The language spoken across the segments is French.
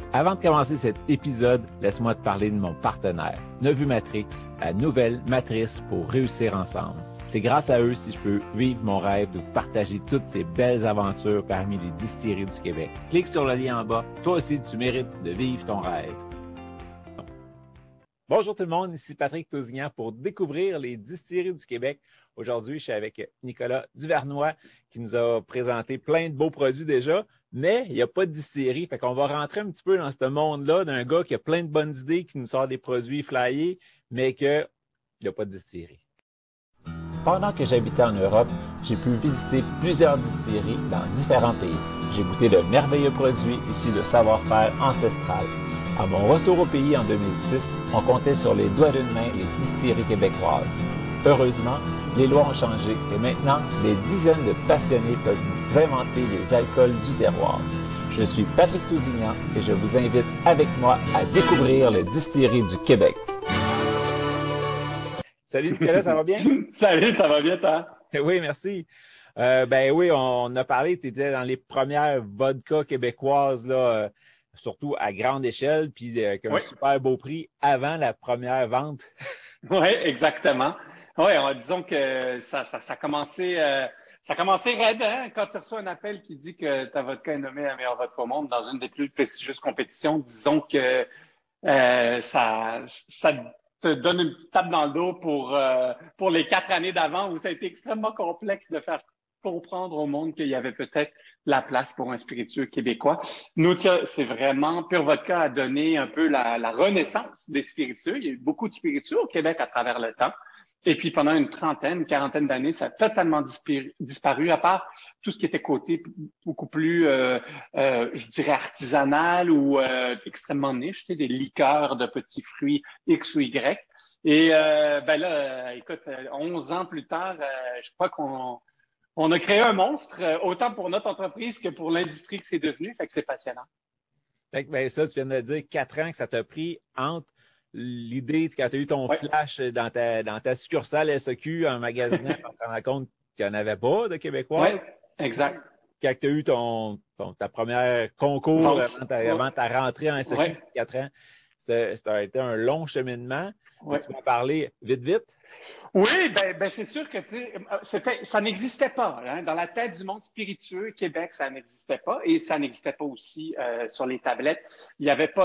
Avant de commencer cet épisode, laisse-moi te parler de mon partenaire, Nevu Matrix, la nouvelle matrice pour réussir ensemble. C'est grâce à eux si je peux vivre mon rêve de vous partager toutes ces belles aventures parmi les distilleries du Québec. Clique sur le lien en bas. Toi aussi, tu mérites de vivre ton rêve. Bonjour tout le monde, ici Patrick Tousignan pour découvrir les distilleries du Québec. Aujourd'hui, je suis avec Nicolas Duvernois qui nous a présenté plein de beaux produits déjà, mais il n'y a pas de distillerie. Fait qu'on va rentrer un petit peu dans ce monde-là d'un gars qui a plein de bonnes idées, qui nous sort des produits flyés, mais qu'il n'y a pas de distillerie. Pendant que j'habitais en Europe, j'ai pu visiter plusieurs distilleries dans différents pays. J'ai goûté de merveilleux produits issus de savoir-faire ancestral. À mon retour au pays en 2006, on comptait sur les doigts d'une main les distilleries québécoises. Heureusement, les lois ont changé et maintenant, des dizaines de passionnés peuvent nous inventer les alcools du terroir. Je suis Patrick Tousignan et je vous invite avec moi à découvrir les distilleries du Québec. Salut Nicolas, ça va bien? Salut, ça va bien, toi? Oui, merci. Oui, on a parlé, tu étais dans les premières vodkas québécoises, là, surtout à grande échelle, puis avec un super beau prix avant la première vente. Oui, exactement. Oui, disons que ça a commencé raide, hein? Quand tu reçois un appel qui dit que ta vodka est nommée la meilleure vodka au monde dans une des plus prestigieuses compétitions, disons que ça te donne une petite tape dans le dos pour les 4 années d'avant où ça a été extrêmement complexe de faire comprendre au monde qu'il y avait peut-être la place pour un spiritueux québécois. Nous, c'est vraiment, Pure Vodka a donné un peu la renaissance des spiritueux. Il y a eu beaucoup de spiritueux au Québec à travers le temps. Et puis, pendant une quarantaine d'années, ça a totalement disparu, à part tout ce qui était côté beaucoup plus, je dirais, artisanal ou extrêmement niche, tu sais, des liqueurs de petits fruits X ou Y. Et écoute, 11 ans plus tard, je crois qu'on a créé un monstre, autant pour notre entreprise que pour l'industrie que c'est devenu. Fait que c'est passionnant. Fait que, ça, tu viens de dire 4 ans que ça t'a pris entre l'idée, quand tu as eu ton flash dans ta succursale SEQ en magasinant, pour te rendre compte qu'il n'y en avait pas de Québécoises. Oui, exact. Quand tu as eu ta première concours avant ta rentrée en SEQ, c'était 4 ans. Ça a été un long cheminement. Tu m'as parlé vite. Oui, c'est sûr que ça n'existait pas. Hein? Dans la tête du monde spiritueux, Québec, ça n'existait pas. Et ça n'existait pas aussi sur les tablettes. Il n'y avait pas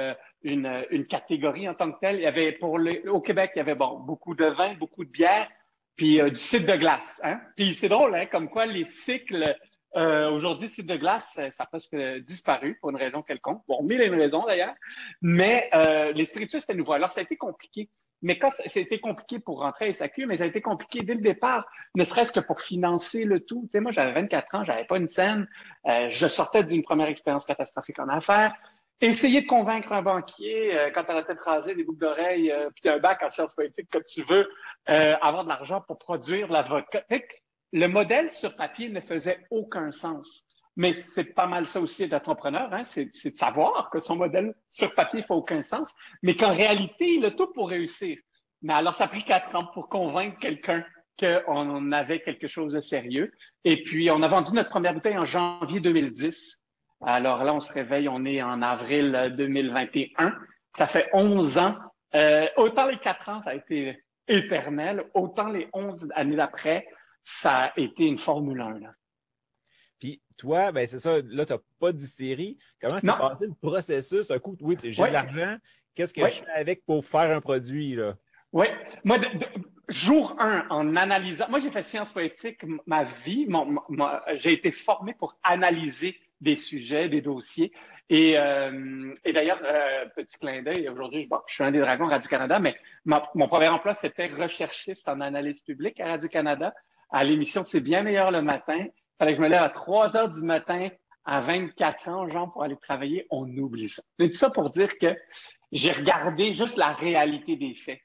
une catégorie en tant que telle. Il y avait au Québec, il y avait beaucoup de vin, beaucoup de bière, puis du cidre de glace. Hein? Puis c'est drôle, hein, comme quoi les cycles aujourd'hui, cidre de glace, ça a presque disparu pour une raison quelconque. Bon, mille et une raisons d'ailleurs. Mais les spiritueux, c'était nouveau. Alors, ça a été compliqué. Mais quand c'était compliqué pour rentrer à SAQ, mais ça a été compliqué dès le départ, ne serait-ce que pour financer le tout. Tu sais, moi, j'avais 24 ans, j'avais pas une scène, je sortais d'une première expérience catastrophique en affaires. Essayer de convaincre un banquier quand tu as la tête rasée, des boucles d'oreilles, puis un bac en sciences politiques que tu veux, avoir de l'argent pour produire de la vodka. Tu sais, le modèle sur papier ne faisait aucun sens. Mais c'est pas mal ça aussi d'être entrepreneur, hein? C'est de savoir que son modèle sur papier fait aucun sens, mais qu'en réalité, il a tout pour réussir. Mais alors, ça a pris 4 ans pour convaincre quelqu'un qu'on avait quelque chose de sérieux. Et puis, on a vendu notre première bouteille en janvier 2010. Alors là, on se réveille, on est en avril 2021. Ça fait 11 ans. Autant les 4 ans, ça a été éternel, autant les 11 années d'après, ça a été une Formule 1, là. Puis toi, c'est ça, là, tu n'as pas de distillerie. Comment s'est passé le processus? Un coup, oui, j'ai de l'argent. Qu'est-ce que je fais avec pour faire un produit, là? Oui. Moi, jour 1, en analysant, moi, j'ai fait sciences politiques ma vie. J'ai été formé pour analyser des sujets, des dossiers. Et d'ailleurs, petit clin d'œil, aujourd'hui, je suis un des dragons Radio-Canada, mais mon premier emploi, c'était recherchiste en analyse publique à Radio-Canada, à l'émission C'est bien meilleur le matin. Il fallait que je me lève à 3 heures du matin à 24 ans, genre, pour aller travailler. On oublie ça. Mais tout ça pour dire que j'ai regardé juste la réalité des faits.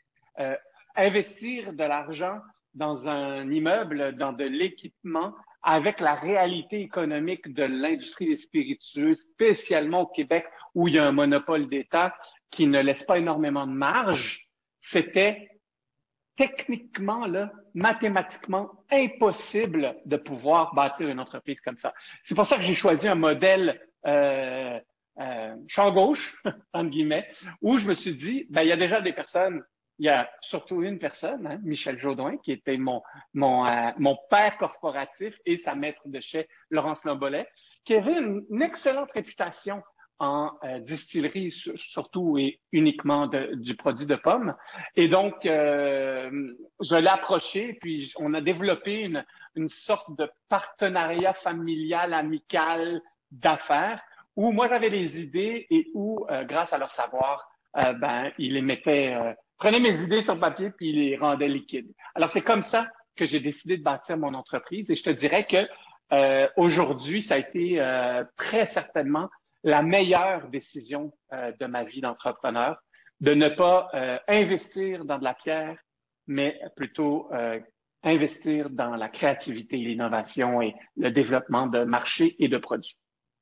Investir de l'argent dans un immeuble, dans de l'équipement, avec la réalité économique de l'industrie des spiritueux, spécialement au Québec, où il y a un monopole d'État qui ne laisse pas énormément de marge, c'était techniquement, là, mathématiquement impossible de pouvoir bâtir une entreprise comme ça. C'est pour ça que j'ai choisi un modèle champ gauche, entre guillemets, où je me suis dit, ben, il y a déjà des personnes, il y a surtout une personne, hein, Michel Jaudoin, qui était mon père corporatif et sa maître de chai, Laurence Lambolet, qui avait une excellente réputation en distillerie, surtout et uniquement du produit de pomme. Et donc, je l'ai approché, puis on a développé une sorte de partenariat familial, amical, d'affaires, où moi j'avais des idées et où, grâce à leur savoir, ben, ils les mettaient, prenaient mes idées sur papier puis ils les rendaient liquides. Alors c'est comme ça que j'ai décidé de bâtir mon entreprise et je te dirais que aujourd'hui, ça a été très certainement la meilleure décision de ma vie d'entrepreneur, de ne pas investir dans de la pierre, mais plutôt investir dans la créativité, l'innovation et le développement de marchés et de produits.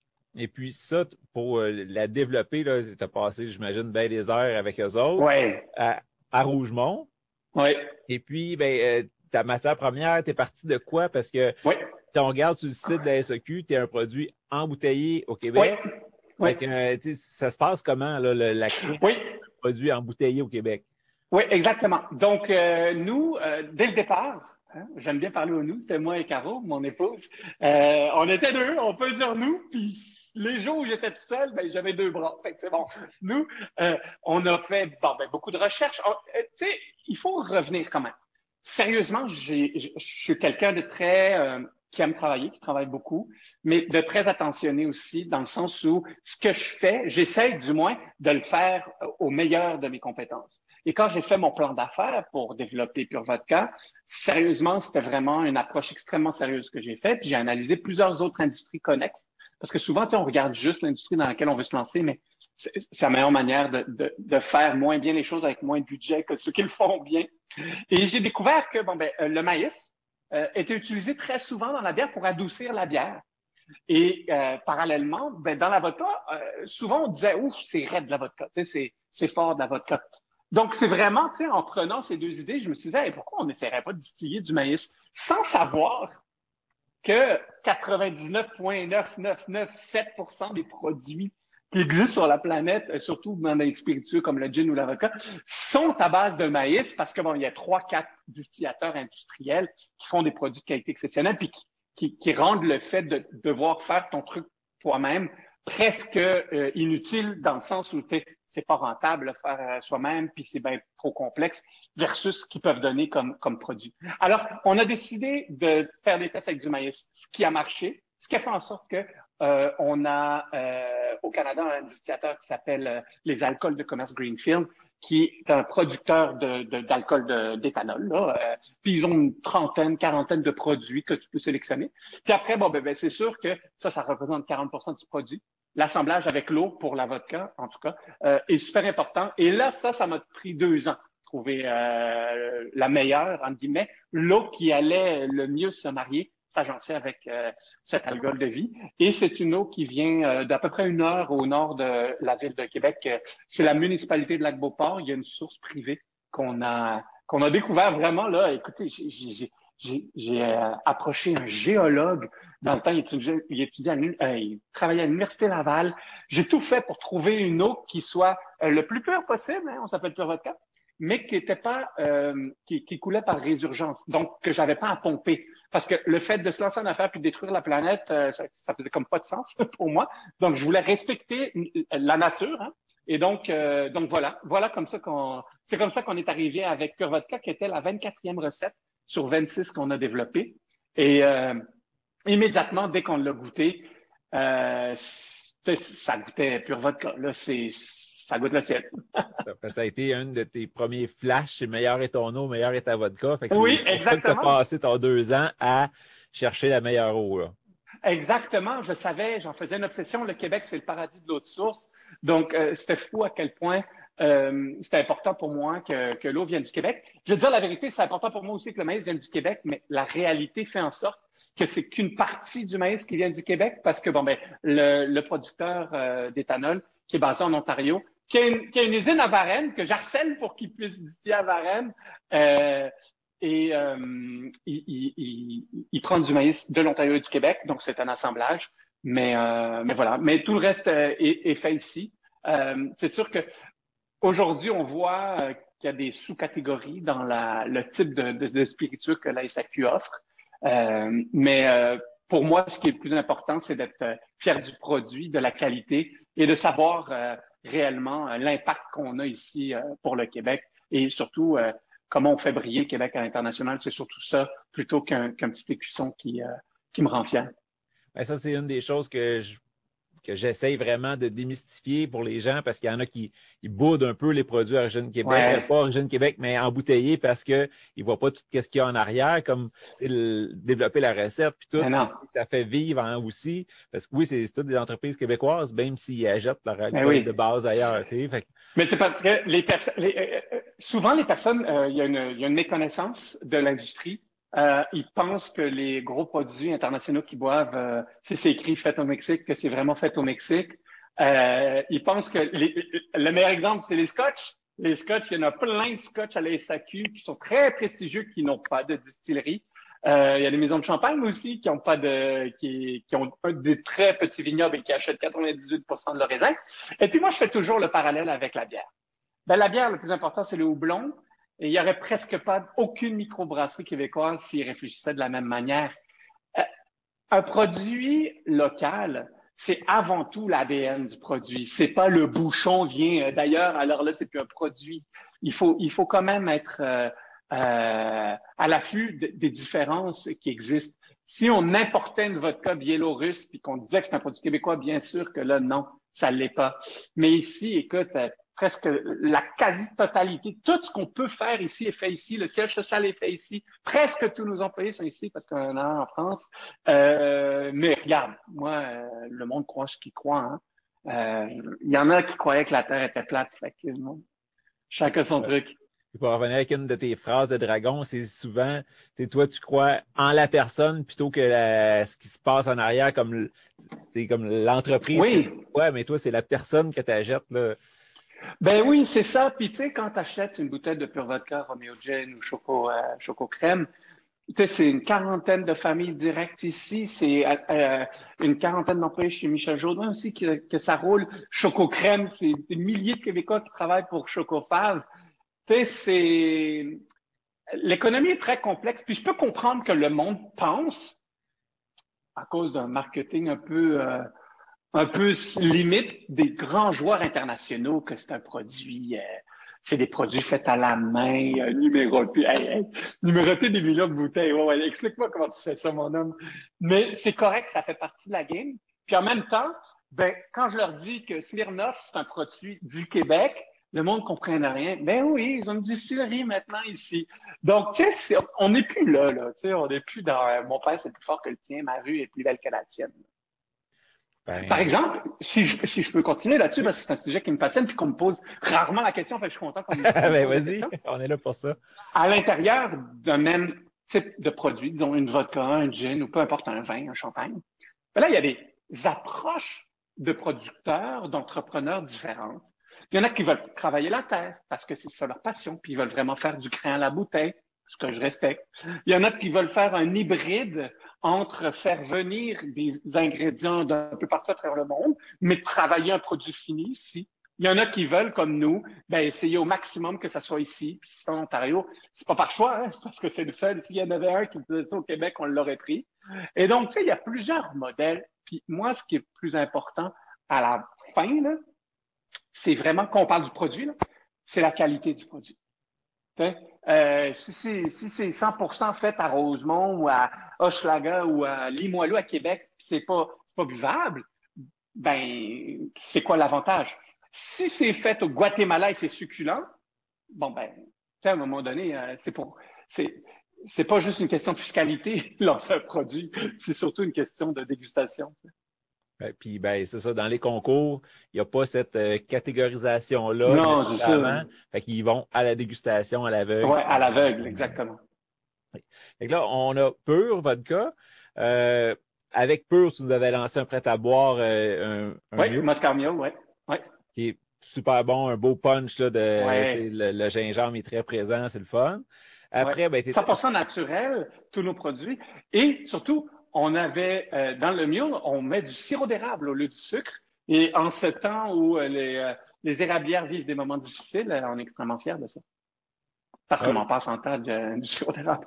Et puis ça, pour la développer, tu as passé, j'imagine, bien des heures avec eux autres Ouais, à Rougemont. ouais, Et puis, ben, ta matière première, tu es parti de quoi? Parce que ouais, si on regarde sur le site de la SAQ, tu es un produit embouteillé au ouais, Québec. Fait ouais, que, ça se passe comment, là, la création oui. d'un produit embouteillé au Québec? Oui, exactement. Donc, nous, dès le départ, hein, j'aime bien parler au nous, c'était moi et Caro, mon épouse. On était deux, on peut dire nous, puis les jours où j'étais tout seul, ben, j'avais deux bras. Fait que c'est bon. Nous, on a fait bon, ben, beaucoup de recherches. Tu sais, il faut revenir quand même. Sérieusement, je suis quelqu'un de très qui aime travailler, qui travaille beaucoup, mais de très attentionné aussi, dans le sens où ce que je fais, j'essaie du moins de le faire au meilleur de mes compétences. Et quand j'ai fait mon plan d'affaires pour développer Pure Vodka, sérieusement, c'était vraiment une approche extrêmement sérieuse que j'ai faite. Puis j'ai analysé plusieurs autres industries connexes, parce que souvent, tu sais, on regarde juste l'industrie dans laquelle on veut se lancer, mais c'est la meilleure manière de faire moins bien les choses avec moins de budget que ceux qui le font bien. Et j'ai découvert que bon, ben, le maïs était utilisé très souvent dans la bière pour adoucir la bière. Et parallèlement, ben, dans la vodka, souvent on disait ouf, c'est raide de la vodka, tu sais, c'est fort de la vodka. Donc c'est vraiment, tu sais, en prenant ces deux idées, je me suis dit hey, pourquoi on n'essaierait pas de distiller du maïs sans savoir que 99,9997% des produits qui existent sur la planète, surtout dans les spiritueux comme le gin ou la vodka, sont à base de maïs parce que bon, il y a 3-4 distillateurs industriels qui font des produits de qualité exceptionnelle puis qui rendent le fait de devoir faire ton truc toi-même presque inutile dans le sens où c'est pas rentable de faire soi-même puis c'est bien trop complexe versus ce qu'ils peuvent donner comme produit. Alors, on a décidé de faire des tests avec du maïs, ce qui a marché, ce qui a fait en sorte que on a au Canada un distillateur qui s'appelle les alcools de commerce Greenfield, qui est un producteur d'alcool d'éthanol. Puis ils ont une trentaine, quarantaine de produits que tu peux sélectionner. Puis après, bon, ben c'est sûr que ça représente 40% du produit. L'assemblage avec l'eau pour la vodka, en tout cas, est super important. Et là, ça m'a pris 2 ans trouver la meilleure, entre guillemets, l'eau qui allait le mieux se marier, s'agencer avec cet alcool de vie. Et c'est une eau qui vient d'à peu près 1 heure au nord de la ville de Québec. C'est la municipalité de Lac-Beauport. Il y a une source privée qu'on a découvert vraiment là. Écoutez, j'ai approché un géologue. Dans le temps, il travaillait à l'Université Laval. J'ai tout fait pour trouver une eau qui soit le plus pure possible. Hein, on s'appelle Pure Vodka, mais qui était pas qui coulait par résurgence, donc que j'avais pas à pomper. Parce que le fait de se lancer en affaires puis de détruire la planète, ça faisait comme pas de sens pour moi. Donc, je voulais respecter la nature. Hein. Et donc voilà c'est comme ça qu'on est arrivé avec Pure Vodka, qui était la 24e recette sur 26 qu'on a développée. Et immédiatement, dès qu'on l'a goûté, ça goûtait Pure Vodka. Là, ça goûte le ciel. Ça a été un de tes premiers flashs, c'est meilleur est ton eau, meilleur est ta vodka. Fait que Oui, c'est pour ça que tu as exactement. passé ton 2 ans à chercher la meilleure eau. Là. Exactement, je savais, j'en faisais une obsession. Le Québec, c'est le paradis de l'eau de source. Donc, c'était fou à quel point c'était important pour moi que l'eau vienne du Québec. Je veux dire la vérité, c'est important pour moi aussi que le maïs vienne du Québec, mais la réalité fait en sorte que c'est qu'une partie du maïs qui vient du Québec parce que, bon, ben, le producteur d'éthanol qui est basé en Ontario, qui a une usine à Varennes, que j'harcèle pour qu'il puisse distiller à Varennes, et il prend du maïs de l'Ontario et du Québec, donc c'est un assemblage. Mais voilà. Mais tout le reste est fait ici. C'est sûr que aujourd'hui, on voit qu'il y a des sous-catégories dans le type de spiritueux que la SAQ offre. Mais pour moi, ce qui est le plus important, c'est d'être fier du produit, de la qualité et de savoir réellement l'impact qu'on a ici pour le Québec et surtout comment on fait briller le Québec à l'international. C'est surtout ça plutôt qu'un petit écusson qui me rend fier. Ben, ça, c'est une des choses que j'essaye vraiment de démystifier pour les gens parce qu'il y en a qui ils boudent un peu les produits Origine Québec, Ouais. pas Origine Québec, mais embouteillés parce qu'ils ne voient pas tout ce qu'il y a en arrière, comme développer la recette, puis tout, Mais puis non. ça fait vivre hein, aussi. Parce que oui, c'est toutes des entreprises québécoises, même s'ils achètent leur Mais alcool de oui. base ailleurs. Fait Mais c'est parce que souvent les personnes, il y a une méconnaissance de l'industrie. Ils pensent que les gros produits internationaux qu'ils boivent, si c'est écrit fait au Mexique, que c'est vraiment fait au Mexique. Ils pensent que le meilleur exemple, c'est les scotch. Les scotch, il y en a plein de scotch à la SAQ qui sont très prestigieux, qui n'ont pas de distillerie. Il y a des maisons de champagne aussi qui ont pas qui ont des très petits vignobles et qui achètent 98% de leur raisin. Et puis moi, je fais toujours le parallèle avec la bière. Ben, la bière, le plus important, c'est le houblon. Et il n'y aurait presque pas aucune microbrasserie québécoise s'ils réfléchissaient de la même manière. Euh, un produit local, c'est avant tout l'ADN du produit. C'est pas le bouchon vient d'ailleurs, alors là, c'est plus un produit. Il faut quand même être à l'affût des différences qui existent. Si on importait une vodka biélorusse puis qu'on disait que c'est un produit québécois, bien sûr que là, non, ça ne l'est pas. Mais ici, écoute, presque la quasi-totalité, tout ce qu'on peut faire ici est fait ici. Le siège social est fait ici. Presque tous nos employés sont ici parce qu'on est en France. Mais regarde, moi, le monde croit ce qu'il croit. Hein. Il y en a qui croyaient que la Terre était plate. Effectivement. Chacun son que, truc. pour revenir avec une de tes phrases de dragon, c'est souvent, toi, tu crois en la personne plutôt que ce qui se passe en arrière, comme l'entreprise que tu Oui, crois, mais toi, c'est la personne que tu achètes, là. ben oui, c'est ça. Puis tu sais, quand tu achètes une bouteille de pure vodka, Romeo Gin ou Choco Crème, tu sais, c'est une quarantaine de familles directes ici. C'est une quarantaine d'employés chez Michel Jourdain aussi que ça roule. Choco Crème, c'est des milliers de Québécois qui travaillent pour Chocofave. Tu sais, l'économie est très complexe. Puis je peux comprendre que le monde pense, à cause d'un marketing un peu limite des grands joueurs internationaux, que c'est un produit, c'est des produits faits à la main, numérotés. Numérotés des millions de bouteilles. Ouais, explique-moi comment tu fais ça, mon homme. Mais c'est correct, ça fait partie de la game. Puis en même temps, ben, quand je leur dis que Smirnoff, c'est un produit du Québec, le monde ne comprenne rien. Ben oui, ils ont une distillerie maintenant ici. Donc, tu sais, on n'est plus là. Tu sais, on n'est plus dans mon père, c'est plus fort que le tien, ma rue est plus belle que la tienne. Par Ben, exemple, si je peux continuer là-dessus, oui. parce que c'est un sujet qui me passionne puis qu'on me pose rarement la question, fait que je suis content qu'on me Ben, pose la vas-y, question. on est là pour ça. À l'intérieur d'un même type de produit, disons une vodka, un gin ou peu importe un vin, un champagne, ben là, il y a des approches de producteurs, d'entrepreneurs différentes. Il y en a qui veulent travailler la terre parce que c'est ça leur passion, puis ils veulent vraiment faire du crin à la bouteille, ce que je respecte. Il y en a qui veulent faire un hybride entre faire venir des ingrédients d'un peu partout à travers le monde, mais travailler un produit fini ici. Il y en a qui veulent, comme nous, ben, essayer au maximum que ça soit ici. Puis si c'est en Ontario, c'est pas par choix, hein, parce que c'est le seul. S'il y en avait un qui faisait ça au Québec, on l'aurait pris. Et donc, tu sais, il y a plusieurs modèles. Puis moi, ce qui est plus important à la fin, là, c'est vraiment, quand on parle du produit, là, c'est la qualité du produit. Si c'est 100% fait à Rosemont ou à Hochelaga ou à Limoilou à Québec, c'est pas buvable, ben, c'est quoi l'avantage? Si c'est fait au Guatemala et c'est succulent, bon, ben, à un moment donné, c'est pas juste une question de fiscalité, lancer un produit, c'est surtout une question de dégustation. Puis, ben, c'est ça, dans les concours, il n'y a pas cette catégorisation-là Non, c'est ça. nécessairement. Fait qu'ils vont à la dégustation, à l'aveugle. Ouais, à l'aveugle, exactement. Fait que là, on a Pur Vodka. Euh, avec Pur, tu nous avais lancé un prêt-à-boire, un Oui, mule, Moscarmio, oui. Ouais, qui est super bon, un beau punch, là, ouais, le gingembre est très présent, c'est le fun. ouais. Après, ben, 100% naturel, tous nos produits. Et surtout, on avait, dans le mule, on met du sirop d'érable au lieu du sucre. Et en ce temps où les érablières vivent des moments difficiles, on est extrêmement fiers de ça. Parce qu'on en passe en tas du sirop d'érable.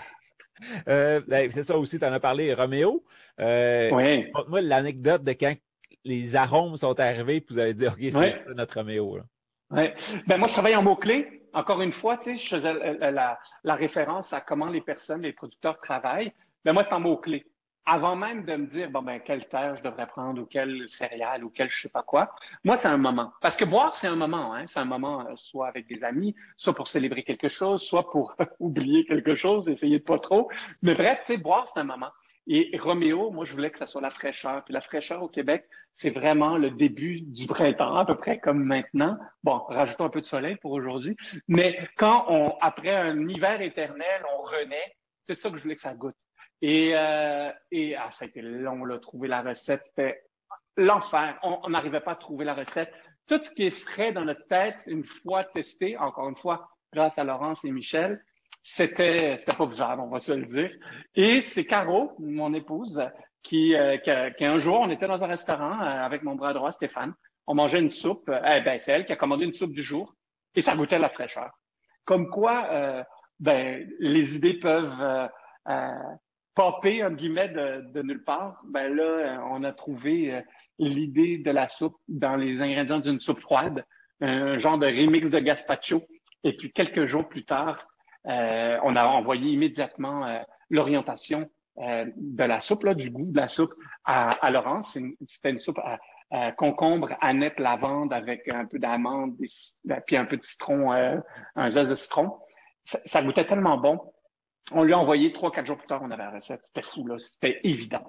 Ben, c'est ça aussi, tu en as parlé, Roméo. Oui. Moi, l'anecdote de quand les arômes sont arrivés, puis vous avez dit, OK, c'est Oui. ça notre Roméo. Ouais. Ben moi, je travaille en mots-clés. Encore une fois, tu sais, je faisais la référence à comment les personnes, les producteurs travaillent. Ben moi, c'est en mots-clés. Avant même de me dire, bon, ben, quelle terre je devrais prendre ou quelle céréale ou quel je sais pas quoi. Moi, c'est un moment. Parce que boire, c'est un moment, hein. C'est un moment, soit avec des amis, soit pour célébrer quelque chose, soit pour oublier quelque chose, essayer de pas trop. Mais bref, tu sais, boire, c'est un moment. Et Roméo, moi, je voulais que ça soit la fraîcheur. Puis la fraîcheur au Québec, c'est vraiment le début du printemps, à peu près comme maintenant. Bon, rajoutons un peu de soleil pour aujourd'hui. Mais après un hiver éternel, on renaît, c'est ça que je voulais que ça goûte. Et ça a été long, là, trouver la recette. C'était l'enfer. On n'arrivait pas à trouver la recette. Tout ce qui est frais dans notre tête, une fois testé, encore une fois, grâce à Laurence et Michel, c'était pas bizarre, on va se le dire. Et c'est Caro, mon épouse, qui un jour, on était dans un restaurant avec mon bras droit, Stéphane. On mangeait une soupe. C'est elle qui a commandé une soupe du jour et ça goûtait la fraîcheur. Comme quoi, les idées peuvent popper, un guillemets, de nulle part. Ben là, on a trouvé l'idée de la soupe dans les ingrédients d'une soupe froide, un genre de remix de gazpacho. Et puis, quelques jours plus tard, on a envoyé immédiatement l'orientation de la soupe, là, du goût de la soupe à Laurence. C'était une soupe à concombre, aneth, lavande avec un peu d'amande, puis un peu de citron, un zeste de citron. Ça goûtait tellement bon. On lui a envoyé 3-4 jours plus tard, on avait la recette. C'était fou, là. C'était évident.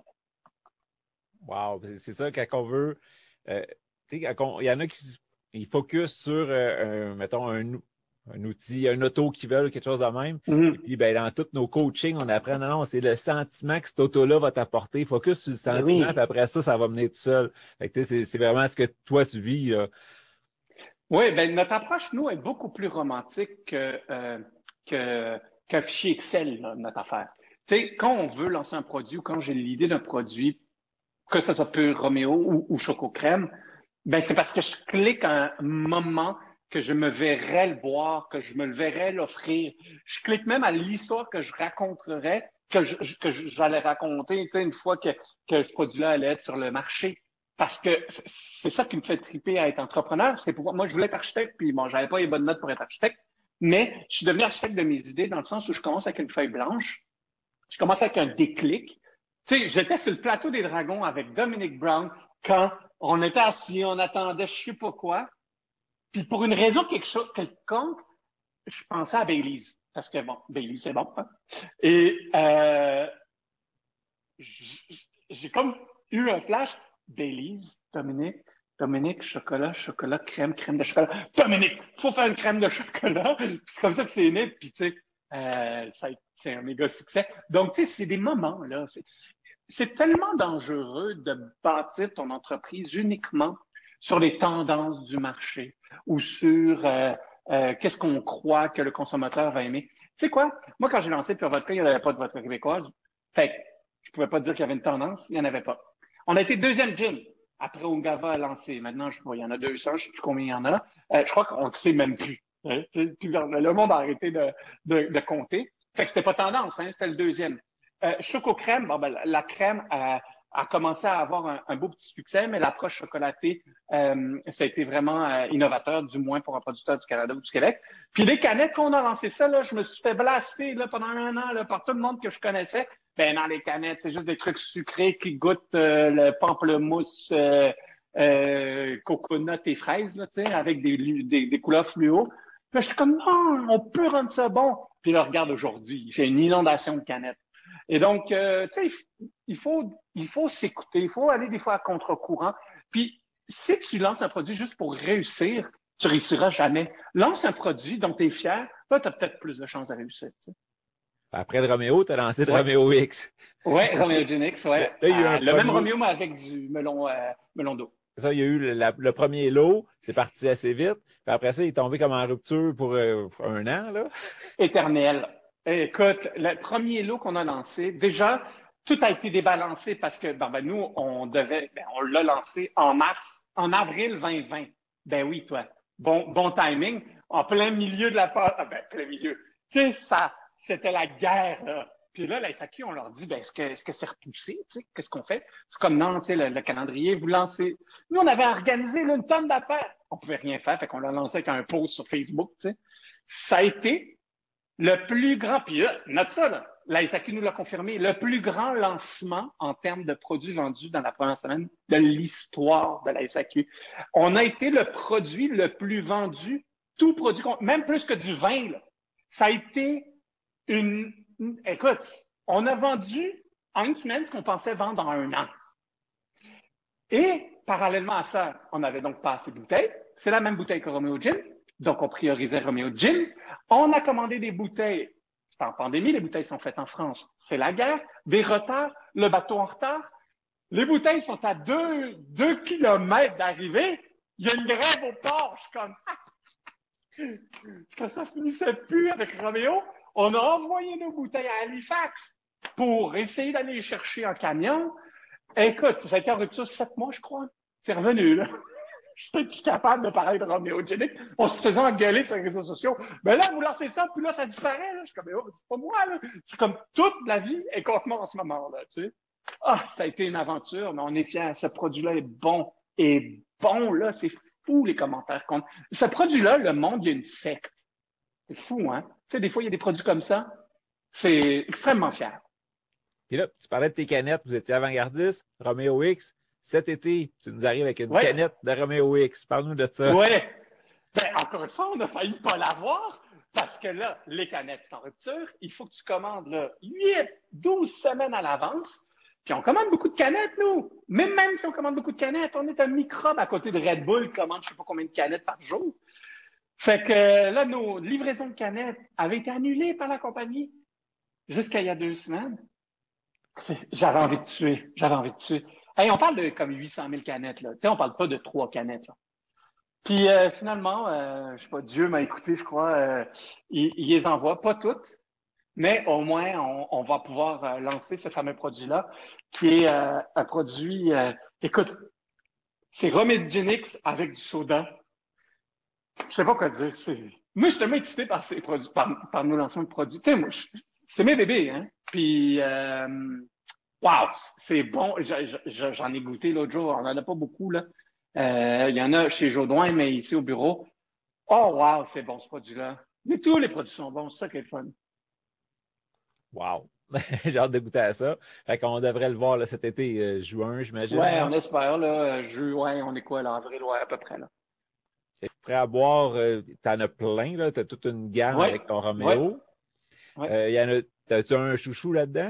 Wow, c'est ça, quand on veut. Il y en a qui ils focus sur, mettons, un outil, un auto qu'ils veulent, quelque chose de même. Et puis, ben, dans tous nos coachings, on apprend, non, c'est le sentiment que cet auto-là va t'apporter. Focus sur le sentiment, puis après ça, ça va venir tout seul. Fait que, c'est vraiment ce que toi, tu vis, là. Oui, ben notre approche, nous, est beaucoup plus romantique qu'un fichier Excel, là, notre affaire. Tu sais, quand on veut lancer un produit ou quand j'ai l'idée d'un produit, que ce soit pur Roméo ou Choco Crème, ben c'est parce que je clique à un moment que je me verrais le boire, que je me le verrais l'offrir. Je clique même à l'histoire que je raconterais, que j'allais raconter, tu sais, une fois que ce produit-là allait être sur le marché. Parce que c'est ça qui me fait triper à être entrepreneur. Moi, je voulais être architecte, puis bon, j'avais pas les bonnes notes pour être architecte, mais je suis devenu architecte de mes idées dans le sens où je commence avec une feuille blanche, je commence avec un déclic. Tu sais, j'étais sur le plateau des Dragons avec Dominic Brown quand on était assis, on attendait je sais pas quoi. Puis pour une raison quelconque, je pensais à Baileys. Parce que bon, Baileys, c'est bon. Hein? Et j'ai comme eu un flash. Baileys, Dominique, chocolat, crème de chocolat. Dominique, faut faire une crème de chocolat. C'est comme ça que c'est né. Puis tu sais, c'est un méga succès. Donc tu sais, c'est des moments là. C'est tellement dangereux de bâtir ton entreprise uniquement sur les tendances du marché ou sur qu'est-ce qu'on croit que le consommateur va aimer. Tu sais quoi? Moi, quand j'ai lancé Pure Vodka, il n'y avait pas de vodka québécoise. Fait que je pouvais pas dire qu'il y avait une tendance. Il n'y en avait pas. On a été deuxième gin après Ungava a lancé. Maintenant, il y en a 200, je ne sais plus combien il y en a. Je crois qu'on ne sait même plus. Hein? Le monde a arrêté de compter. Fait que c'était pas tendance, hein? C'était le deuxième. Choco crème, la crème a commencé à avoir un beau petit succès, mais l'approche chocolatée, ça a été vraiment innovateur, du moins pour un producteur du Canada ou du Québec. Puis les canettes qu'on a lancé ça, là, je me suis fait blaster là, pendant un an là, par tout le monde que je connaissais. Ben dans les canettes, c'est juste des trucs sucrés qui goûtent le pamplemousse, coconut et fraises, là, avec des couleurs fluo. Puis je suis comme non, on peut rendre ça bon. Puis là, regarde aujourd'hui, c'est une inondation de canettes. Et donc, tu sais, il faut s'écouter, il faut aller des fois à contre-courant. Puis, si tu lances un produit juste pour réussir, tu réussiras jamais. Lance un produit dont tu es fier, là, tu as peut-être plus de chances de réussir. Tu sais. Après le Roméo, tu as lancé le Ouais. Roméo X. Oui, Roméo Genix, oui. Là, il y a eu un le premier... même Roméo, mais avec du melon d'eau. Ça, il y a eu le premier lot, c'est parti assez vite. Puis après ça, il est tombé comme en rupture pour un an, là. Éternel. Écoute, le premier lot qu'on a lancé, déjà, tout a été débalancé parce que nous, on l'a lancé en avril 2020. Ben oui, toi. Bon timing. En plein milieu de la plein milieu. Tu sais, c'était la guerre, là. Puis là, la SAQ, on leur dit, est-ce que c'est repoussé? Tu sais, qu'est-ce qu'on fait? C'est comme non, tu sais, le calendrier, vous lancez. Nous, on avait organisé là, une tonne d'affaires. On pouvait rien faire, fait qu'on l'a lancé avec un post sur Facebook, tu sais. Ça a été le plus grand, puis là, note ça, là. La SAQ nous l'a confirmé, le plus grand lancement en termes de produits vendus dans la première semaine de l'histoire de la SAQ. On a été le produit le plus vendu, tout produit, même plus que du vin, là. Ça a été écoute, on a vendu en une semaine ce qu'on pensait vendre en un an. Et parallèlement à ça, on n'avait donc pas assez de bouteilles. C'est la même bouteille que Romeo Gin. Donc, on priorisait Romeo Gin. On a commandé des bouteilles. C'est en pandémie, les bouteilles sont faites en France. C'est la guerre, des retards, le bateau en retard. Les bouteilles sont à 2 kilomètres d'arrivée. Il y a une grève au port. Je suis comme, quand ça finissait plus avec Romeo, on a envoyé nos bouteilles à Halifax pour essayer d'aller les chercher en camion. Écoute, ça a été en rupture 7 mois, je crois. C'est revenu, là. Je suis plus capable de parler de Romeo Gin. On se faisait engueuler sur les réseaux sociaux. Mais là, vous lancez ça, puis là, ça disparaît. Là. Je suis comme, oh, c'est pas moi. Là. C'est comme toute la vie est contre moi en ce moment. Là, tu sais. Ah, ça a été une aventure, mais on est fiers. Ce produit-là est bon. Et bon, là, c'est fou les commentaires. Ce produit-là, le monde, il y a une secte. C'est fou, hein? Tu sais, des fois, il y a des produits comme ça. C'est extrêmement fier. Puis là, tu parlais de tes canettes, vous étiez avant-gardiste, Romeo X. Cet été, tu nous arrives avec une canette de Romeo X. Parle-nous de ça. Oui. Encore une fois, on a failli pas l'avoir parce que là, les canettes sont en rupture. Il faut que tu commandes là, 8, 12 semaines à l'avance. Puis on commande beaucoup de canettes, nous. Mais même si on commande beaucoup de canettes, on est un microbe à côté de Red Bull qui commande je ne sais pas combien de canettes par jour. Fait que là, nos livraisons de canettes avaient été annulées par la compagnie jusqu'à il y a 2 semaines. J'avais envie de tuer. Hey, on parle de comme 800 000 canettes, là. Tu sais, on parle pas de 3 canettes, là. Puis finalement, je sais pas, Dieu m'a écouté, je crois. Il les envoie, pas toutes, mais au moins, on va pouvoir lancer ce fameux produit-là, qui est un produit, écoute, c'est Romeo Gin X avec du soda. Je sais pas quoi dire. Moi, je suis tellement excité par ces produits, par nos lancements de produits. Tu sais, moi, c'est mes bébés, hein. Puis, wow, c'est bon. J'en ai goûté l'autre jour. On n'en a pas beaucoup, là. Il y en a chez Jodoin, mais ici au bureau. Oh, wow, c'est bon ce produit-là. Mais tous les produits sont bons. C'est ça qui est le fun. Wow. J'ai hâte de goûter à ça. Fait qu'on devrait le voir là, cet été, juin, j'imagine. Ouais, on espère, là. Juin, on est quoi, là? Avril, ouais, à peu près, là. Es-tu prêt à boire? T'en as plein, là. T'as toute une gamme avec ton Romeo. T'as-tu un chouchou là-dedans?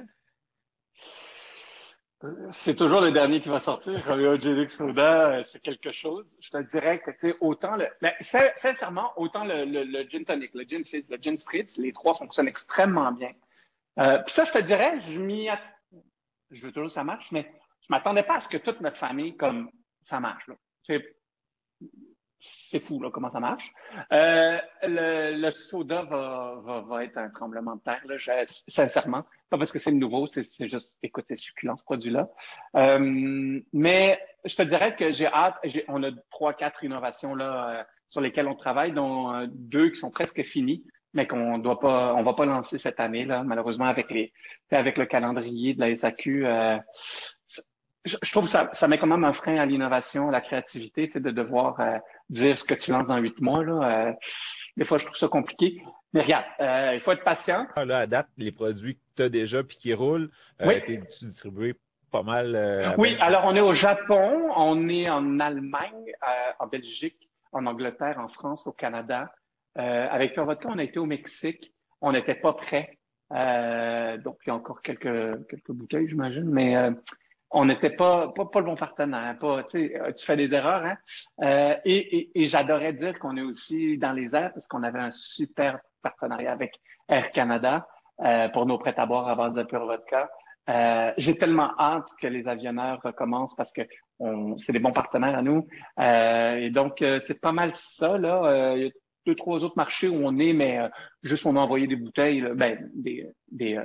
C'est toujours le dernier qui va sortir. Romeo Gin X Soda, c'est quelque chose. Je te dirais que, tu sais, autant sincèrement, autant le gin tonic, le gin fizz, le gin spritz, les 3 fonctionnent extrêmement bien. Puis ça, je te dirais, je veux toujours que ça marche, mais je m'attendais pas à ce que toute notre famille, comme, ça marche, là. C'est fou, là, comment ça marche. Le soda va être un tremblement de terre, là, sincèrement. Pas parce que c'est nouveau, c'est juste, écoute, c'est succulent, ce produit-là. Mais je te dirais que j'ai hâte. On a 3, 4 innovations, là, sur lesquelles on travaille, dont 2 qui sont presque finies, mais on va pas lancer cette année, là, malheureusement, avec le calendrier de la SAQ. Je trouve que ça met quand même un frein à l'innovation, à la créativité, tu sais, de devoir dire ce que tu lances dans 8 mois. Là, des fois, je trouve ça compliqué. Mais regarde, il faut être patient. Là, à date, les produits que tu as déjà puis qui roulent, Oui. t'es distribué pas mal. Oui, alors on est au Japon, on est en Allemagne, en Belgique, en Angleterre, en France, au Canada. Avec Pure Vodka, on a été au Mexique. On n'était pas prêts. Donc, il y a encore quelques bouteilles, j'imagine, mais on n'était pas le bon partenaire. Tu fais des erreurs, hein? Et j'adorais dire qu'on est aussi dans les airs parce qu'on avait un super partenariat avec Air Canada pour nos prêts à boire à base de Pure Vodka. J'ai tellement hâte que les avionneurs recommencent parce que c'est des bons partenaires à nous. Et donc, c'est pas mal ça, là. Il y a 2, 3 autres marchés où on est, mais juste on a envoyé des bouteilles, là, des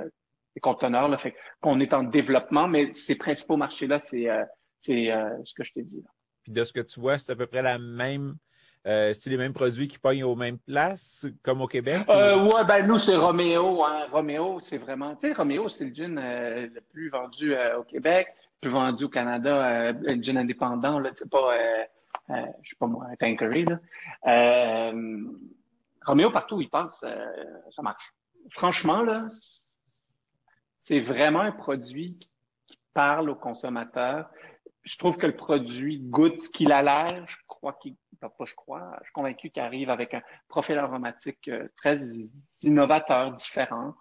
conteneurs, là, fait qu'on est en développement, mais ces principaux marchés-là, c'est ce que je t'ai dit, là. Puis de ce que tu vois, c'est à peu près la même, c'est les mêmes produits qui pognent aux mêmes places, comme au Québec? Ou... Ouais, ben nous, c'est Roméo, hein. Roméo, c'est vraiment, tu sais, Roméo, c'est le gin le plus vendu au Québec, le plus vendu au Canada, le gin indépendant, là, c'est pas, je sais pas moi, un Tanqueray, là. Euh, Roméo, partout où il passe, ça marche. Franchement, là, c'est vraiment un produit qui parle aux consommateurs. Je trouve que le produit goûte ce qu'il a l'air. Je crois qu'il, pas je crois, je suis convaincu qu'il arrive avec un profil aromatique très innovateur, différent.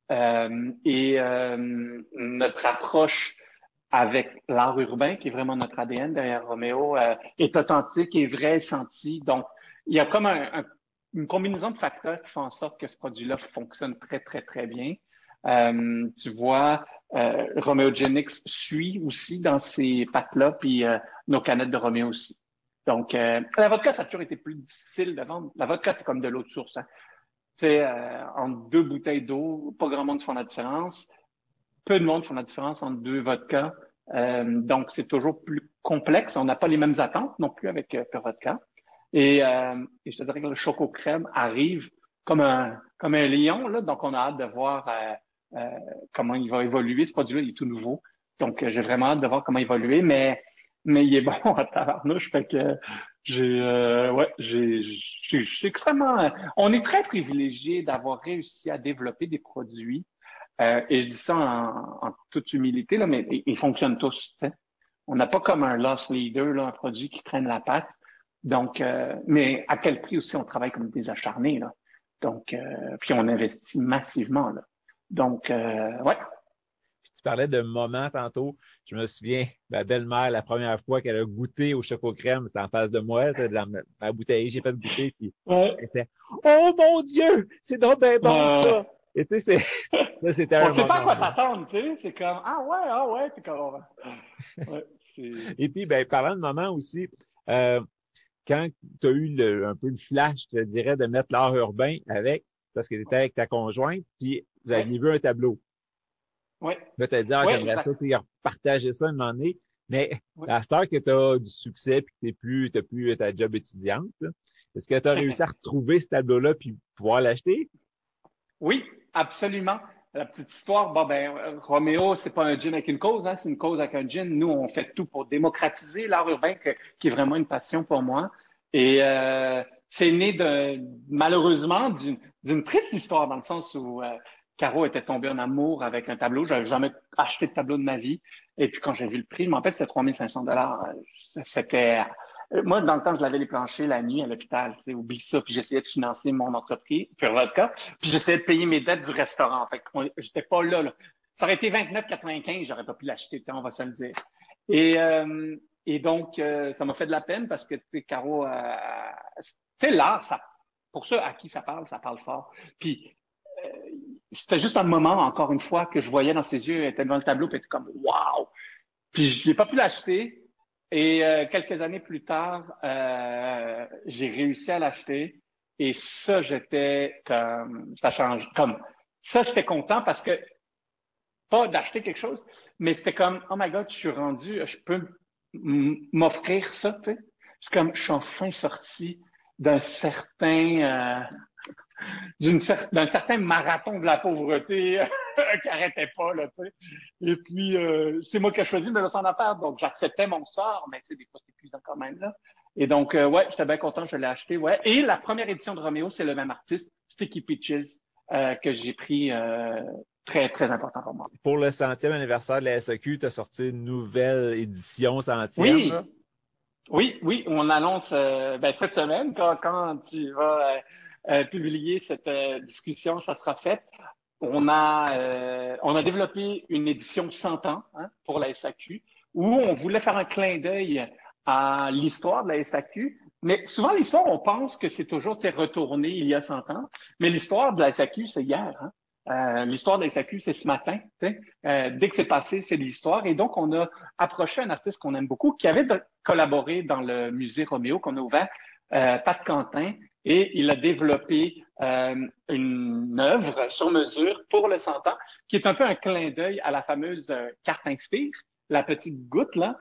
Notre approche avec l'art urbain, qui est vraiment notre ADN derrière Roméo, est authentique, est vrai, senti. Donc, il y a comme une combinaison de facteurs qui font en sorte que ce produit-là fonctionne très, très, très bien. Tu vois, Romeo Genix suit aussi dans ces packs-là, puis nos canettes de Roméo aussi. Donc, la vodka, ça a toujours été plus difficile de vendre. La vodka, c'est comme de l'eau de source. Hein. Tu sais, entre deux bouteilles d'eau, pas grand monde font la différence. Peu de monde font la différence entre deux vodkas. Donc, c'est toujours plus complexe. On n'a pas les mêmes attentes non plus avec Pure Vodka. Et je te dirais que le choco crème arrive comme un lion, là. Donc, on a hâte de voir comment il va évoluer. Ce produit-là, il est tout nouveau. Donc, j'ai vraiment hâte de voir comment évoluer, mais il est bon à tabarnouche. Fait que je suis extrêmement. On est très privilégié d'avoir réussi à développer des produits. Et je dis ça en toute humilité, là, mais ils fonctionnent tous. Tu sais. On n'a pas comme un loss leader, là, un produit qui traîne la patte. Donc, mais à quel prix aussi on travaille comme des acharnés, là. Donc, puis on investit massivement, là. Donc, ouais. Puis tu parlais de moments tantôt. Je me souviens, ma belle-mère, la première fois qu'elle a goûté au choco crème, c'était en face de moi, c'était de ma bouteille, j'ai fait goûter, puis Ouais. elle était Oh mon Dieu, c'est donc bien bon Euh, ça! Et tu sais, là, c'était on un sait pas à moment. quoi Là. s'attendre, tu sais. C'est comme, ah ouais, puis comme, ouais, Et puis, ben, parlant de moment aussi, euh, quand tu as eu un peu le flash, je te dirais, de mettre l'art urbain avec, parce que tu étais avec ta conjointe, puis vous ouais, aviez vu un tableau. ouais, Là, tu as dit, ah, ouais, j'aimerais ça, exact. tu sais, partager ça un moment donné. Mais Ouais. à cette heure que tu as du succès puis que t'as plus ta job étudiante, là, est-ce que tu as réussi à retrouver ce tableau-là puis pouvoir l'acheter? Oui, absolument. La petite histoire, bon ben, Roméo, c'est pas un gin avec une cause, hein, c'est une cause avec un gin. Nous, on fait tout pour démocratiser l'art urbain, qui est vraiment une passion pour moi. Et c'est né malheureusement d'une triste histoire dans le sens où Caro était tombée en amour avec un tableau. J'avais jamais acheté de tableau de ma vie. Et puis quand j'ai vu le prix, mais en fait, c'était 3 500 $. C'était moi, dans le temps, je lavais les planchers la nuit à l'hôpital. Tu sais, oublie ça. Puis j'essayais de financer mon entreprise, Pure Vodka. Puis j'essayais de payer mes dettes du restaurant. Fait que j'étais pas là, là. Ça aurait été 29,95, j'aurais pas pu l'acheter, tu sais, on va se le dire. Et donc, ça m'a fait de la peine parce que, tu sais, Caro, tu sais, l'art, ça, pour ceux à qui ça parle fort. Puis, euh, c'était juste un moment, encore une fois, que je voyais dans ses yeux, elle était devant le tableau, puis elle était comme, waouh! Puis, je n'ai pas pu l'acheter. Et quelques années plus tard, j'ai réussi à l'acheter. Et ça, j'étais comme, ça change, comme, ça, j'étais content parce que, pas d'acheter quelque chose, mais c'était comme, oh my God, je suis rendu, je peux m'offrir ça, tu sais. C'est comme, je suis enfin sorti d'un certain, d'un certain marathon de la pauvreté qui arrêtait pas, là, tu sais. Et puis, c'est moi qui ai choisi de me s'en affaire, donc j'acceptais mon sort, mais tu sais, des fois, c'est épuisant quand même, là. Et donc, ouais, j'étais bien content, je l'ai acheté, ouais. Et la première édition de Roméo, c'est le même artiste, Sticky Peaches, que j'ai pris, très, très important pour moi. Pour le centième anniversaire de la SAQ, tu as sorti une nouvelle édition centième, là. Oui, oui, on annonce ben, cette semaine, quand tu vas publier cette discussion, ça sera fait. On a développé une édition 100 ans, hein, pour la SAQ, où on voulait faire un clin d'œil à l'histoire de la SAQ. Mais souvent, l'histoire, on pense que c'est toujours retourné il y a 100 ans, mais l'histoire de la SAQ, c'est hier. Hein. L'histoire de la SAQ, c'est ce matin. Dès que c'est passé, c'est de l'histoire. Et donc, on a approché un artiste qu'on aime beaucoup, qui avait collaboré dans le musée Roméo qu'on a ouvert Pat Quentin, et il a développé une œuvre sur mesure pour le 100 ans, qui est un peu un clin d'œil à la fameuse carte Inspire, la petite goutte là,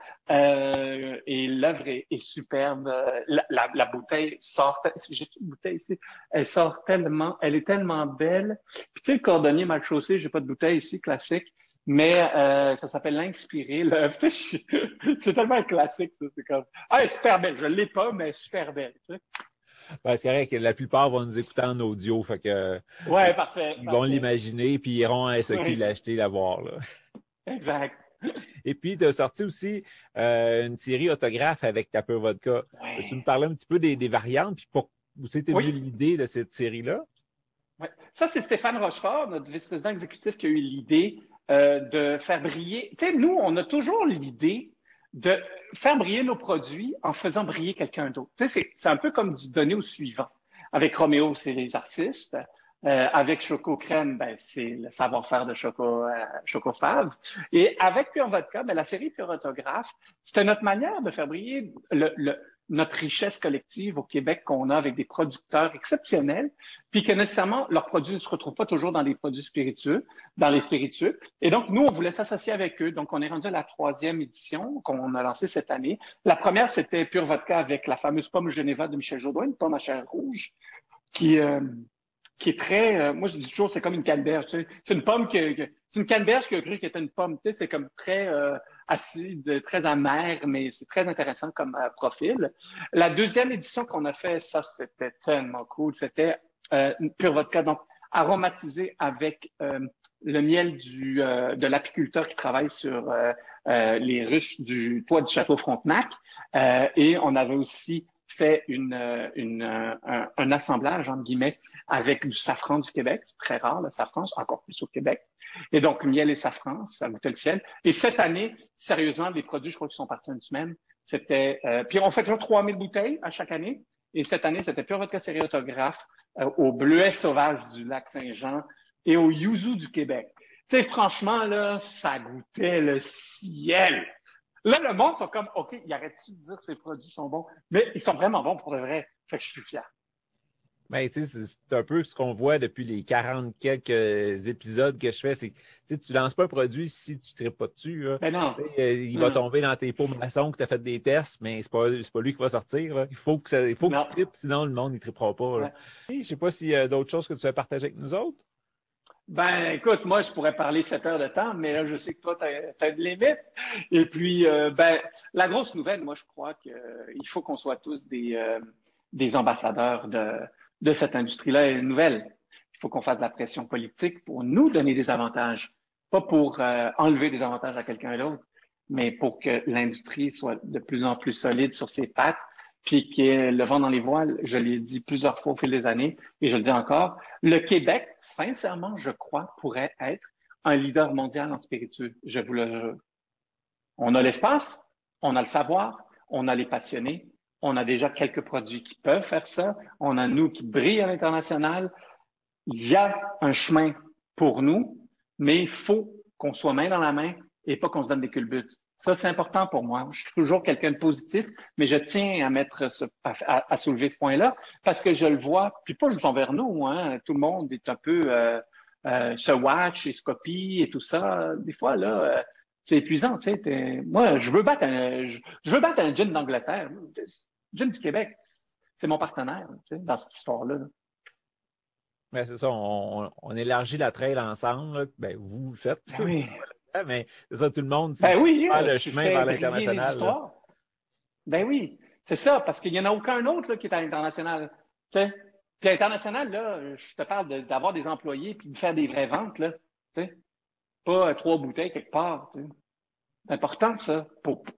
et l'œuvre est superbe. La bouteille sort, j'ai une bouteille ici, elle sort tellement, elle est tellement belle. Puis tu sais, le cordonnier mal chaussé, j'ai pas de bouteille ici classique, mais ça s'appelle l'Inspiré. Tu sais, c'est tellement un classique, ça. C'est comme, ah, elle est super belle. Je l'ai pas, mais super belle. Tu sais. Ouais, c'est vrai que la plupart vont nous écouter en audio, fait que Ouais, parfait, ils vont parfait. l'imaginer, puis ils iront à SAQ Oui, l'acheter, la voir, là. exact. Et puis, tu as sorti aussi une série autographe avec ta Pure Vodka. Tu me Ouais. parlais un petit peu des variantes, puis où c'était Oui. venu l'idée de cette série-là? Ouais. Ça, c'est Stéphane Rochefort, notre vice-président exécutif, qui a eu l'idée de faire briller. Tu sais, nous, on a toujours l'idée de faire briller nos produits en faisant briller quelqu'un d'autre. Tu sais, c'est un peu comme du donner au suivant. Avec Roméo, c'est les artistes. Avec Choco Crème, ben, c'est le savoir-faire de Choco Fave. Et avec Pure Vodka, ben, la série Pure Autographe, c'était notre manière de faire briller notre richesse collective au Québec qu'on a avec des producteurs exceptionnels, puis que nécessairement leurs produits ne se retrouvent pas toujours dans les produits spiritueux, dans les spiritueux. Et donc, nous, on voulait s'associer avec eux. Donc, on est rendu à la 3e édition qu'on a lancée cette année. La première, c'était Pure Vodka avec la fameuse pomme Geneva de Michel Jourdain, une pomme à chair rouge, qui, euh, qui est très, moi je dis toujours, c'est comme une canneberge. Tu sais. C'est une pomme c'est une canneberge qui a cru qu'elle était une pomme. Tu sais, c'est comme très acide, très amer, mais c'est très intéressant comme profil. La 2e édition qu'on a fait, ça c'était tellement cool. C'était Pure Vodka, donc aromatisé avec le miel de l'apiculteur qui travaille sur les ruches du toit du château Frontenac. Et on avait aussi fait un assemblage, entre guillemets, avec du safran du Québec. C'est très rare, le safran, encore plus au Québec. Et donc, miel et safran, ça goûtait le ciel. Et cette année, sérieusement, les produits, je crois qu'ils sont partis une semaine. C'était, puis on fait toujours 3000 bouteilles à chaque année. Et cette année, c'était Pure Vodka série autographe au bleuet sauvage du lac Saint-Jean et au yuzu du Québec. Tu sais, franchement, là, ça goûtait le ciel. Là, le monde sont comme, OK, il arrête-tu de dire que ces produits sont bons? Mais ils sont vraiment bons pour de vrai. Fait que je suis fier. Ben, tu sais, c'est un peu ce qu'on voit depuis les 40 quelques épisodes que je fais. C'est tu ne lances pas un produit si tu ne tripes pas dessus. Là. Mais non, Il va non, tomber dans tes pots maçons que tu as fait des tests, mais c'est pas lui qui va sortir. Là. Il faut que tu non. tripes, sinon le monde ne trippera pas. Là. Ouais. Je ne sais pas s'il y a d'autres choses que tu veux partager avec nous autres. Ben, écoute, moi, je pourrais parler 7 heures de temps, mais là, je sais que toi, tu as une limite. Et puis, ben, la grosse nouvelle, moi, je crois qu'il faut qu'on soit tous des ambassadeurs de cette industrie-là nouvelle. Il faut qu'on fasse de la pression politique pour nous donner des avantages, pas pour enlever des avantages à quelqu'un d'autre, mais pour que l'industrie soit de plus en plus solide sur ses pattes, puis qu'il y ait le vent dans les voiles. Je l'ai dit plusieurs fois au fil des années, et je le dis encore. Le Québec, sincèrement, je crois, pourrait être un leader mondial en spiritueux. Je vous le jure. On a l'espace, on a le savoir, on a les passionnés, on a déjà quelques produits qui peuvent faire ça, on a nous qui brillent à l'international. Il y a un chemin pour nous, mais il faut qu'on soit main dans la main et pas qu'on se donne des culbutes. Ça, c'est important pour moi. Je suis toujours quelqu'un de positif, mais je tiens à mettre à soulever ce point-là parce que je le vois, puis pas juste envers nous, hein. Tout le monde est un peu se watch et se copie et tout ça. Des fois, là, c'est épuisant. Tu sais, moi, je veux battre un gin d'Angleterre. Gin du Québec, c'est mon partenaire, tu sais, dans cette histoire-là. Ben, c'est ça, on élargit la trail ensemble. Là. Ben, vous le faites. Ben oui. Mais c'est ça, tout le monde, Ben c'est oui, faire le tu chemin fais vers briller les l'international. Là. histoires. Ben oui, c'est ça, parce qu'il n'y en a aucun autre là, qui est à l'international. Tu sais? Puis à l'international, là, je te parle d'avoir des employés puis de faire des vraies ventes, là. Tu sais? Pas 3 bouteilles quelque part. Tu sais? C'est important, ça.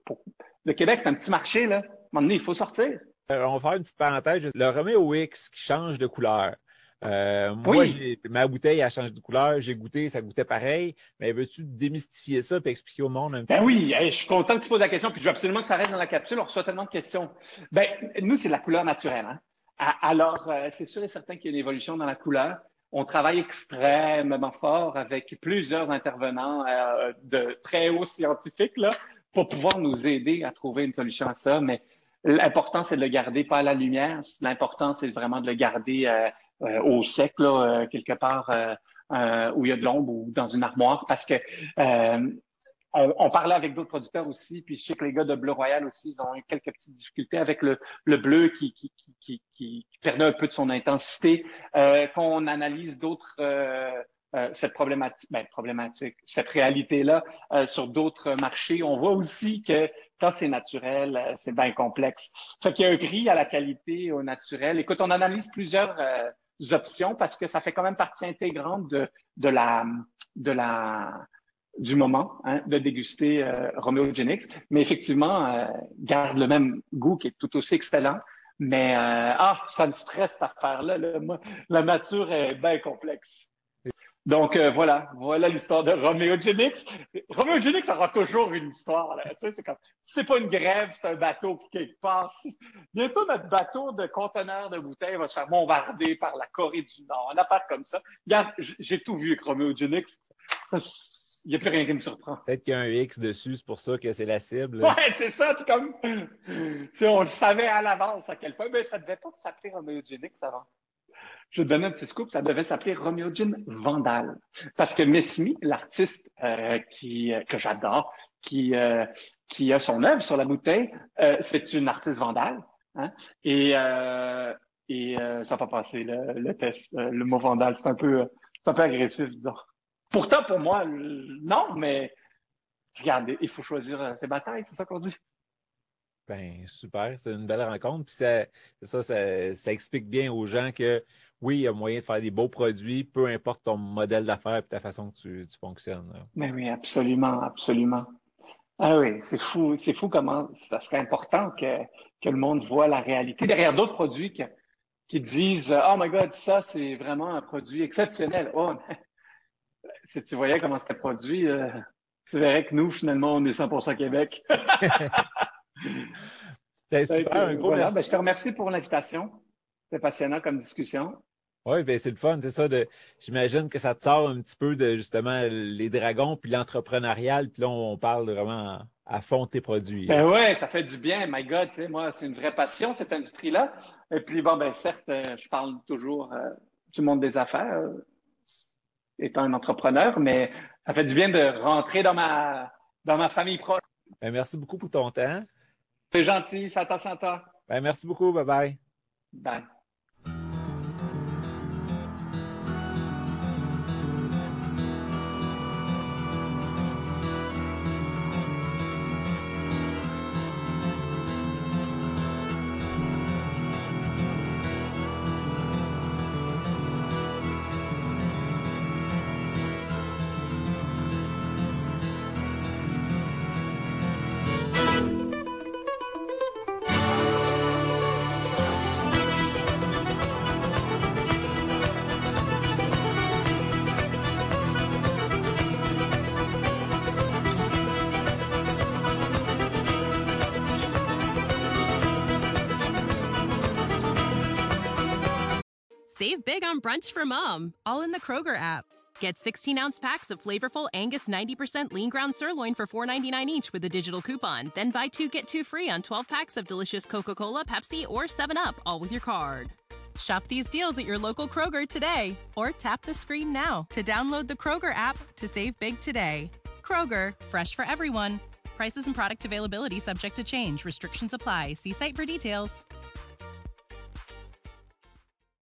Le Québec, c'est un petit marché, là. À un moment donné, il faut sortir. On va faire une petite parenthèse. Le Romeo X qui change de couleur. Moi, Oui, ma bouteille, elle change de couleur. J'ai goûté, ça goûtait pareil. Mais veux-tu démystifier ça et expliquer au monde un petit ben peu? oui, hey, je suis content que tu poses la question, puis je veux absolument que ça reste dans la capsule. On reçoit tellement de questions. Ben, nous, c'est la couleur naturelle. Hein? Alors, c'est sûr et certain qu'il y a une évolution dans la couleur. On travaille extrêmement fort avec plusieurs intervenants de très hauts scientifiques là, pour pouvoir nous aider à trouver une solution à ça. Mais L'important, c'est de le garder pas à la lumière. L'important, c'est vraiment de le garder au sec, là, quelque part où il y a de l'ombre ou dans une armoire, parce que on parlait avec d'autres producteurs aussi, puis je sais que les gars de Bleu Royal aussi, ils ont eu quelques petites difficultés avec le bleu qui perdait un peu de son intensité. Qu'on analyse d'autres cette problématique, cette réalité-là sur d'autres marchés, on voit aussi que quand c'est naturel, c'est bien complexe. Fait qu'il y a un prix à la qualité, au naturel. Écoute, on analyse plusieurs options parce que ça fait quand même partie intégrante de la du moment de déguster Romeo Genix, mais effectivement, garde le même goût qui est tout aussi excellent. Mais ça me stresse cette affaire-là. Là. Moi, la nature est bien complexe. Donc voilà l'histoire de Romeo Genix. Romeo Genix aura toujours une histoire. Là. Tu sais, c'est comme si c'est pas une grève, c'est un bateau qui quelque part. Bientôt notre bateau de conteneurs de bouteilles va se faire bombarder par la Corée du Nord. Une affaire comme ça. Regarde, j'ai tout vu avec Romeo Genix. Il n'y a plus rien qui me surprend. Peut-être qu'il y a un X dessus, c'est pour ça que c'est la cible. Ouais, c'est ça. C'est comme. On le savait à l'avance à quel point. Mais ça ne devait pas s'appeler Romeo Genix avant. Je vais te donner un petit scoop. Ça devait s'appeler Romeo Gin Vandal. Parce que Messmy, l'artiste que j'adore, qui a son œuvre sur la bouteille, c'est une artiste vandale. Hein? Et ça n'a pas passé le test. Le mot vandal, c'est un peu agressif, disons. Pourtant, pour moi, non, mais regardez, il faut choisir ses batailles, c'est ça qu'on dit. Ben, super, c'est une belle rencontre. Puis ça explique bien aux gens que oui, il y a moyen de faire des beaux produits, peu importe ton modèle d'affaires et ta façon que tu fonctionnes. Là. Mais oui, absolument, absolument. Ah oui, c'est fou comment ça serait important que le monde voit la réalité derrière d'autres produits qui disent Oh my God, ça, c'est vraiment un produit exceptionnel. Oh, si tu voyais comment c'était produit, tu verrais que nous, finalement, on est 100% Québec. C'est super, un gros merci. Ben, je te remercie pour l'invitation. C'était passionnant comme discussion. Oui, ben c'est le fun, c'est ça. J'imagine que ça te sort un petit peu de justement les dragons puis l'entrepreneurial, puis là, on parle vraiment à fond de tes produits. Ben ouais, ça fait du bien, my God. Tu sais, moi, c'est une vraie passion, cette industrie-là. Et puis, bon, ben certes, je parle toujours du monde des affaires, étant un entrepreneur, mais ça fait du bien de rentrer dans ma famille proche. Ben, merci beaucoup pour ton temps. C'est gentil, fais attention à toi. Ben, merci beaucoup, bye bye. Bye. Save big on brunch for mom, all in the Kroger app. Get 16-ounce packs of flavorful Angus 90% lean ground sirloin for $4.99 each with a digital coupon. Then buy 2, get 2 free on 12 packs of delicious Coca-Cola, Pepsi, or 7-Up, all with your card. Shop these deals at your local Kroger today, or tap the screen now to download the Kroger app to save big today. Kroger, fresh for everyone. Prices and product availability subject to change. Restrictions apply. See site for details.